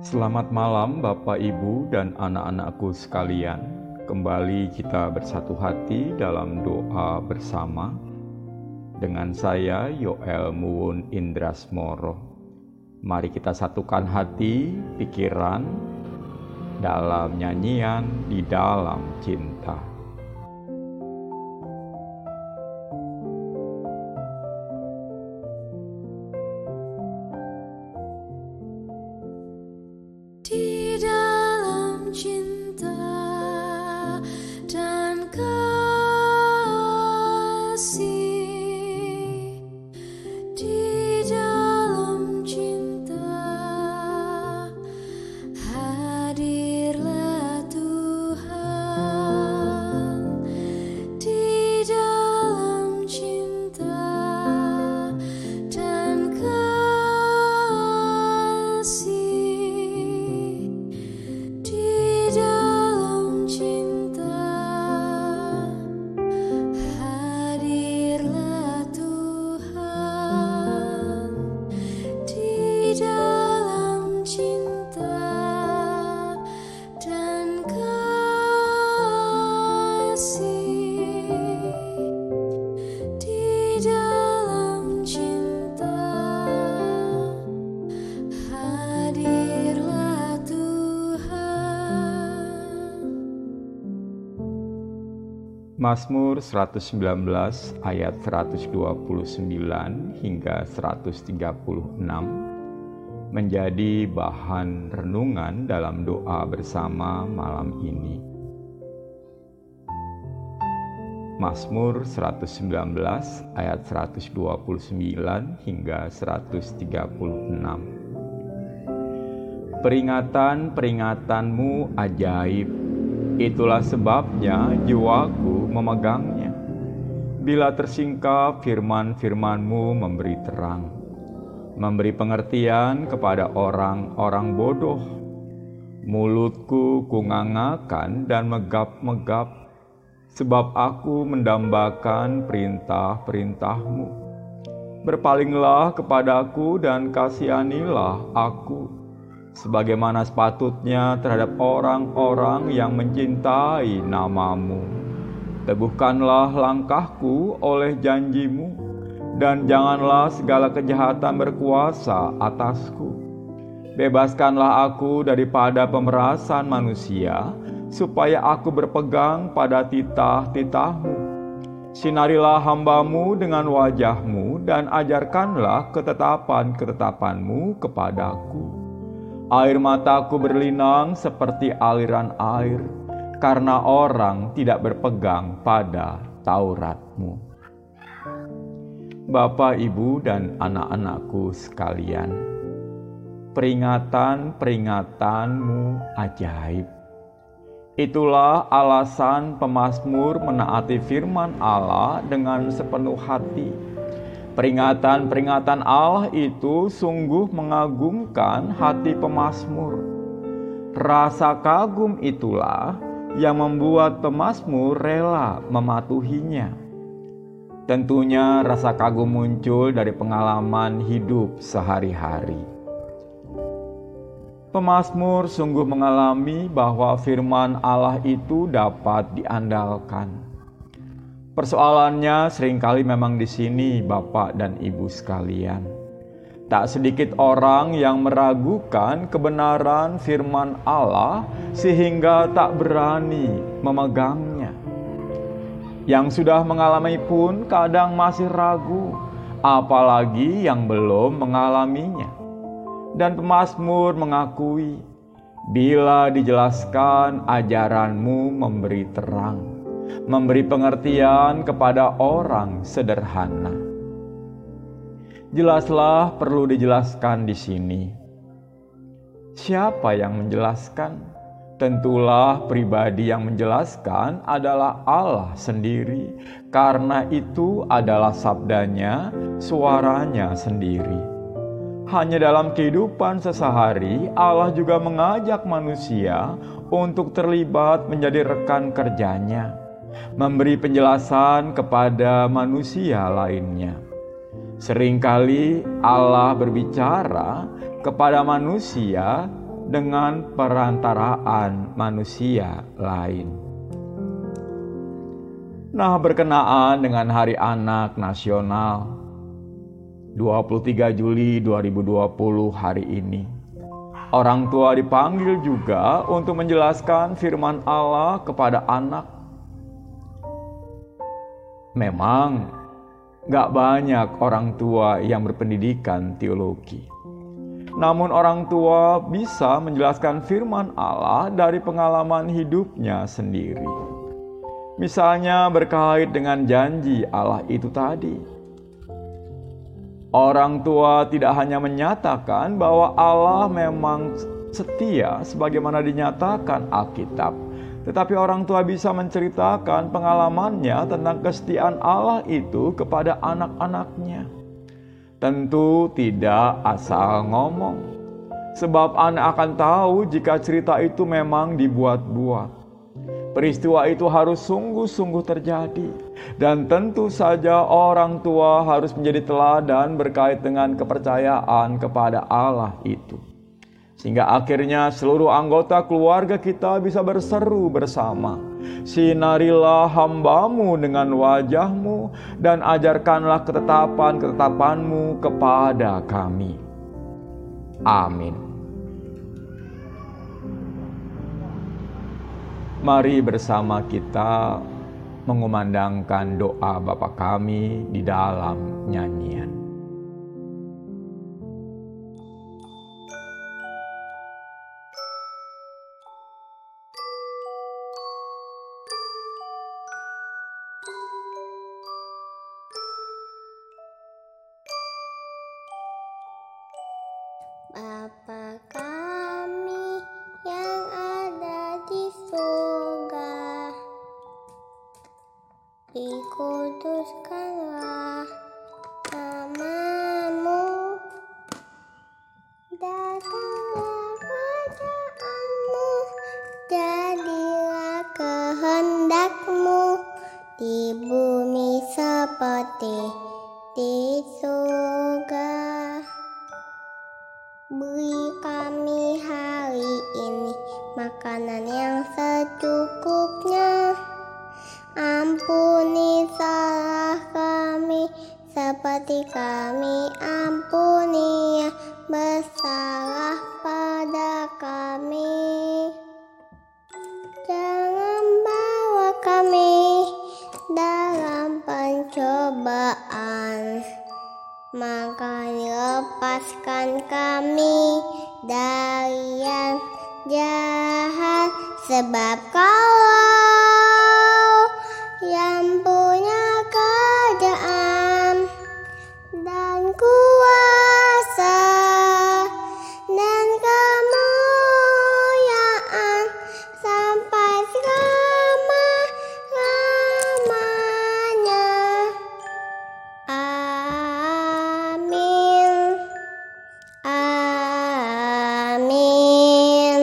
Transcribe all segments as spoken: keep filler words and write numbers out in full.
Selamat malam Bapak, Ibu, dan anak-anakku sekalian. Kembali kita bersatu hati dalam doa bersama dengan saya Yoel Muwun Indrasmoro. Mari kita satukan hati, pikiran dalam nyanyian Di Dalam Cinta. Di dalam cinta dan kasih, di dalam cinta hadirlah Tuhan. Di dalam cinta dan kasih, Mazmur seratus sembilan belas ayat seratus dua puluh sembilan hingga seratus tiga puluh enam menjadi bahan renungan dalam doa bersama malam ini. Mazmur seratus sembilan belas ayat seratus dua puluh sembilan hingga seratus tiga puluh enam. Peringatan-peringatanmu ajaib, itulah sebabnya jiwaku memegangnya. Bila tersingkap, firman-firman-Mu memberi terang, memberi pengertian kepada orang-orang bodoh. Mulutku kungangakan dan megap-megap, sebab aku mendambakan perintah-perintah-Mu. Berpalinglah kepadaku dan kasihanilah aku, sebagaimana sepatutnya terhadap orang-orang yang mencintai nama-Mu. Teguhkanlah langkahku oleh janji-Mu, dan janganlah segala kejahatan berkuasa atasku. Bebaskanlah aku daripada pemerasan manusia, supaya aku berpegang pada titah-titah-Mu. Sinarilah hamba-Mu dengan wajah-Mu, dan ajarkanlah ketetapan-ketetapan-Mu kepadaku. Air mataku berlinang seperti aliran air, karena orang tidak berpegang pada Taurat-Mu. Bapak, Ibu, dan anak-anakku sekalian, peringatan-peringatanmu ajaib. Itulah alasan pemazmur menaati firman Allah dengan sepenuh hati. Peringatan-peringatan Allah itu sungguh mengagumkan hati pemazmur. Rasa kagum itulah yang membuat pemazmur rela mematuhinya. Tentunya rasa kagum muncul dari pengalaman hidup sehari-hari. Pemazmur sungguh mengalami bahwa firman Allah itu dapat diandalkan. Persoalannya seringkali memang di sini, Bapak dan Ibu sekalian. Tak sedikit orang yang meragukan kebenaran firman Allah sehingga tak berani memegangnya. Yang sudah mengalami pun kadang masih ragu, apalagi yang belum mengalaminya. Dan pemazmur mengakui, bila dijelaskan ajaran-Mu memberi terang, memberi pengertian kepada orang sederhana. Jelaslah perlu dijelaskan di sini. Siapa yang menjelaskan? Tentulah pribadi yang menjelaskan adalah Allah sendiri, karena itu adalah sabdanya, suaranya sendiri. Hanya dalam kehidupan sehari-hari, Allah juga mengajak manusia untuk terlibat menjadi rekan kerjanya, memberi penjelasan kepada manusia lainnya. Seringkali Allah berbicara kepada manusia dengan perantaraan manusia lain. Nah, berkenaan dengan Hari Anak Nasional dua puluh tiga Juli dua ribu dua puluh hari ini, orang tua dipanggil juga untuk menjelaskan firman Allah kepada anak. Memang gak banyak orang tua yang berpendidikan teologi. Namun orang tua bisa menjelaskan firman Allah dari pengalaman hidupnya sendiri. Misalnya berkait dengan janji Allah itu tadi. Orang tua tidak hanya menyatakan bahwa Allah memang setia sebagaimana dinyatakan Alkitab, tetapi orang tua bisa menceritakan pengalamannya tentang kesetiaan Allah itu kepada anak-anaknya. Tentu tidak asal ngomong, sebab anak akan tahu jika cerita itu memang dibuat-buat. Peristiwa itu harus sungguh-sungguh terjadi, dan tentu saja orang tua harus menjadi teladan berkait dengan kepercayaan kepada Allah itu. Sehingga akhirnya seluruh anggota keluarga kita bisa berseru bersama, "Sinarilah hamba-Mu dengan wajah-Mu, dan ajarkanlah ketetapan-ketetapan-Mu kepada kami." Amin. Mari bersama kita mengumandangkan doa Bapa kami di dalam nyanyian. Bapa kami yang ada di surga, dikuduskanlah nama-Mu, datanglah kerajaan-Mu, jadilah kehendak-Mu di bumi seperti di surga. Beri kami hari ini makanan yang secukupnya. Ampuni salah kami seperti kami ampuni yang bersalah pada kami. Jangan bawa kami dalam pencobaan, maka lepaskan kami dari yang jahat, sebab Kau yang punya kerajaan dan kuasa dan kemuliaan sampai selama-lamanya. Amin. Amin.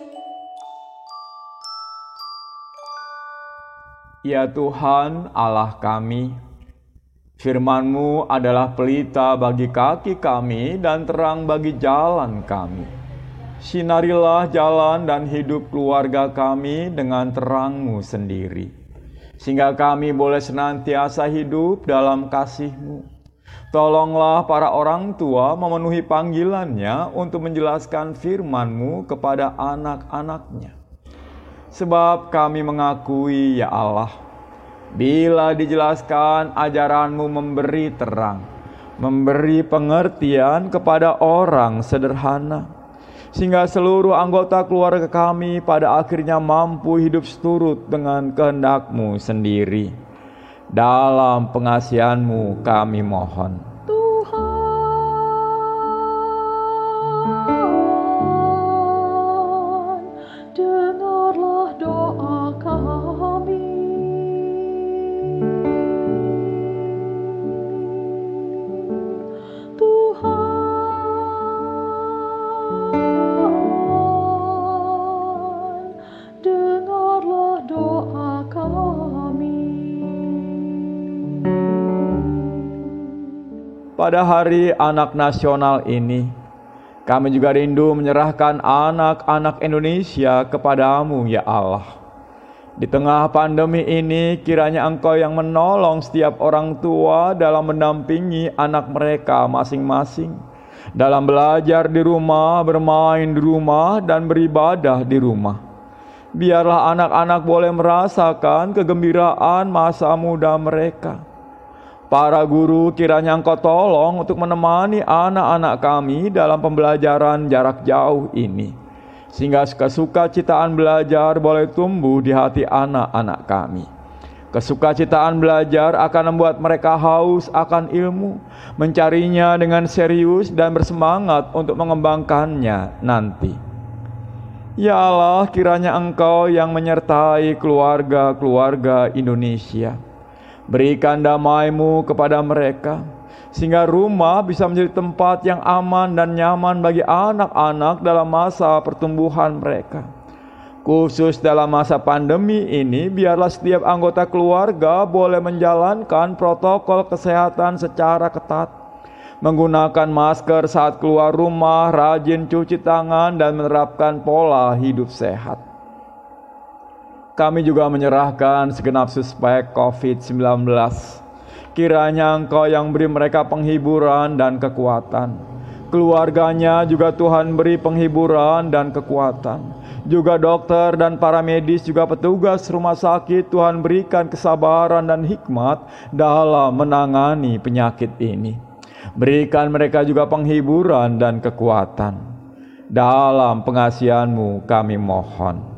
Ya Tuhan Allah kami, firman-Mu adalah pelita bagi kaki kami dan terang bagi jalan kami. Sinarilah jalan dan hidup keluarga kami dengan terang-Mu sendiri, sehingga kami boleh senantiasa hidup dalam kasih-Mu. Tolonglah para orang tua memenuhi panggilannya untuk menjelaskan firman-Mu kepada anak-anaknya. Sebab kami mengakui, ya Allah, bila dijelaskan ajaran-Mu memberi terang, memberi pengertian kepada orang sederhana, sehingga seluruh anggota keluarga kami pada akhirnya mampu hidup seturut dengan kehendak-Mu sendiri. Dalam pengasihan-Mu kami mohon. Pada Hari Anak Nasional ini, Kami juga rindu menyerahkan anak-anak Indonesia kepadamu, ya Allah. Di tengah pandemi ini, kiranya Engkau yang menolong setiap orang tua dalam mendampingi anak mereka masing-masing, dalam belajar di rumah, bermain di rumah, dan beribadah di rumah. Biarlah anak-anak boleh merasakan kegembiraan masa muda mereka. Para guru, kiranya Engkau tolong untuk menemani anak-anak kami dalam pembelajaran jarak jauh ini, sehingga kesukacitaan belajar boleh tumbuh di hati anak-anak kami. Kesukacitaan belajar akan membuat mereka haus akan ilmu, mencarinya dengan serius dan bersemangat untuk mengembangkannya nanti. Ya Allah, kiranya Engkau yang menyertai keluarga-keluarga Indonesia. Berikan damai-Mu kepada mereka, sehingga rumah bisa menjadi tempat yang aman dan nyaman bagi anak-anak dalam masa pertumbuhan mereka. Khusus dalam masa pandemi ini, biarlah setiap anggota keluarga boleh menjalankan protokol kesehatan secara ketat, menggunakan masker saat keluar rumah, rajin cuci tangan, dan menerapkan pola hidup sehat. Kami juga menyerahkan segenap suspek covid sembilan belas. Kiranya Engkau yang beri mereka penghiburan dan kekuatan. Keluarganya juga Tuhan beri penghiburan dan kekuatan. Juga dokter dan para medis, juga petugas rumah sakit, Tuhan berikan kesabaran dan hikmat dalam menangani penyakit ini. Berikan mereka juga penghiburan dan kekuatan. Dalam pengasihan-Mu kami mohon.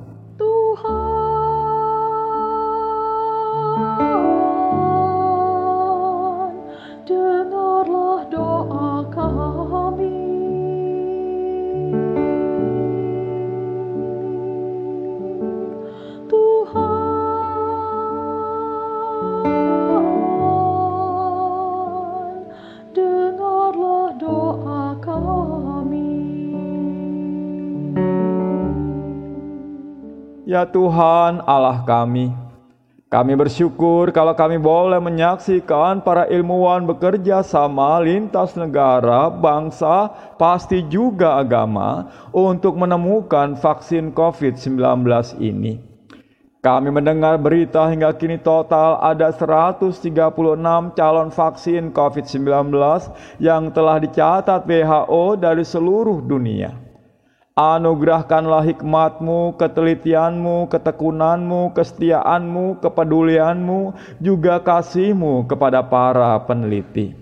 Ya Tuhan Allah kami, kami bersyukur kalau kami boleh menyaksikan para ilmuwan bekerja sama lintas negara, bangsa, pasti juga agama untuk menemukan vaksin covid sembilan belas ini. Kami mendengar berita hingga kini total ada seratus tiga puluh enam calon vaksin covid sembilan belas yang telah dicatat W H O dari seluruh dunia. Anugerahkanlah hikmat-Mu, ketelitian-Mu, ketekunan-Mu, kesetiaan-Mu, kepedulian-Mu, juga kasih-Mu kepada para peneliti.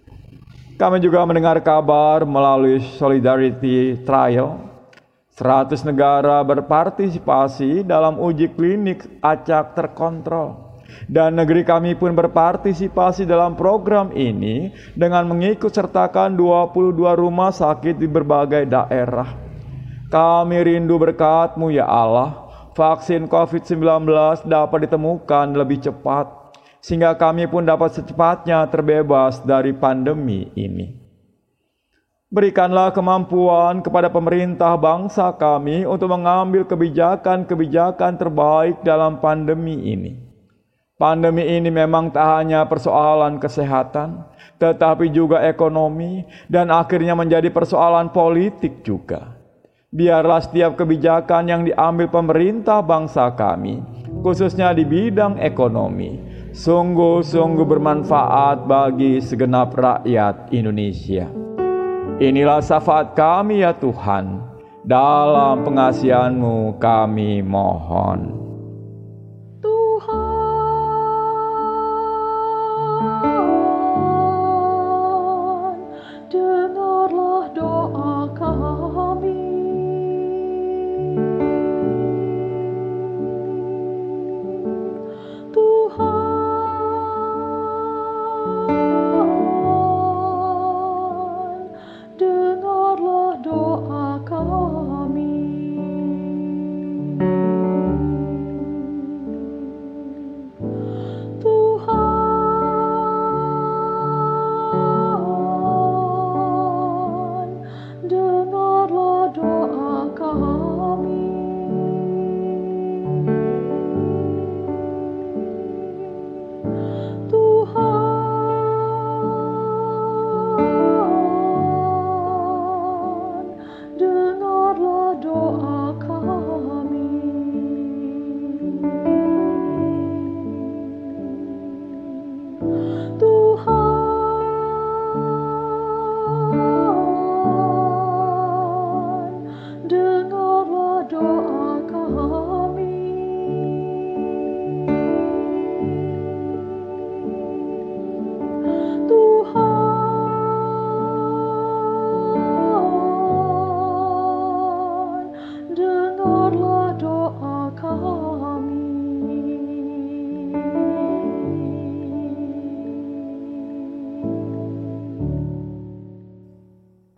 Kami juga mendengar kabar melalui Solidarity Trial, seratus negara berpartisipasi dalam uji klinik acak terkontrol. Dan negeri kami pun berpartisipasi dalam program ini dengan mengikut sertakan dua puluh dua rumah sakit di berbagai daerah. Kami rindu berkat-Mu ya Allah, vaksin covid sembilan belas dapat ditemukan lebih cepat, sehingga kami pun dapat secepatnya terbebas dari pandemi ini. Berikanlah kemampuan kepada pemerintah bangsa kami untuk mengambil kebijakan-kebijakan terbaik dalam pandemi ini. Pandemi ini memang tak hanya persoalan kesehatan, tetapi juga ekonomi, dan akhirnya menjadi persoalan politik juga. Biarlah setiap kebijakan yang diambil pemerintah bangsa kami, khususnya di bidang ekonomi, sungguh-sungguh bermanfaat bagi segenap rakyat Indonesia. Inilah syafaat kami ya Tuhan, dalam pengasihan-Mu kami mohon.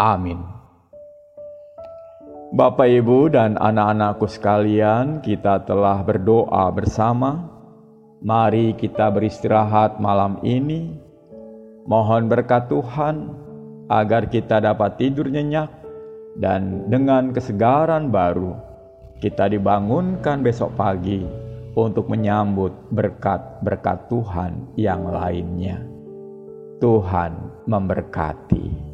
Amin. Bapak, Ibu, dan anak-anakku sekalian, kita telah berdoa bersama. Mari kita beristirahat malam ini. Mohon berkat Tuhan agar kita dapat tidur nyenyak dan dengan kesegaran baru kita dibangunkan besok pagi untuk menyambut berkat-berkat Tuhan yang lainnya. Tuhan memberkati.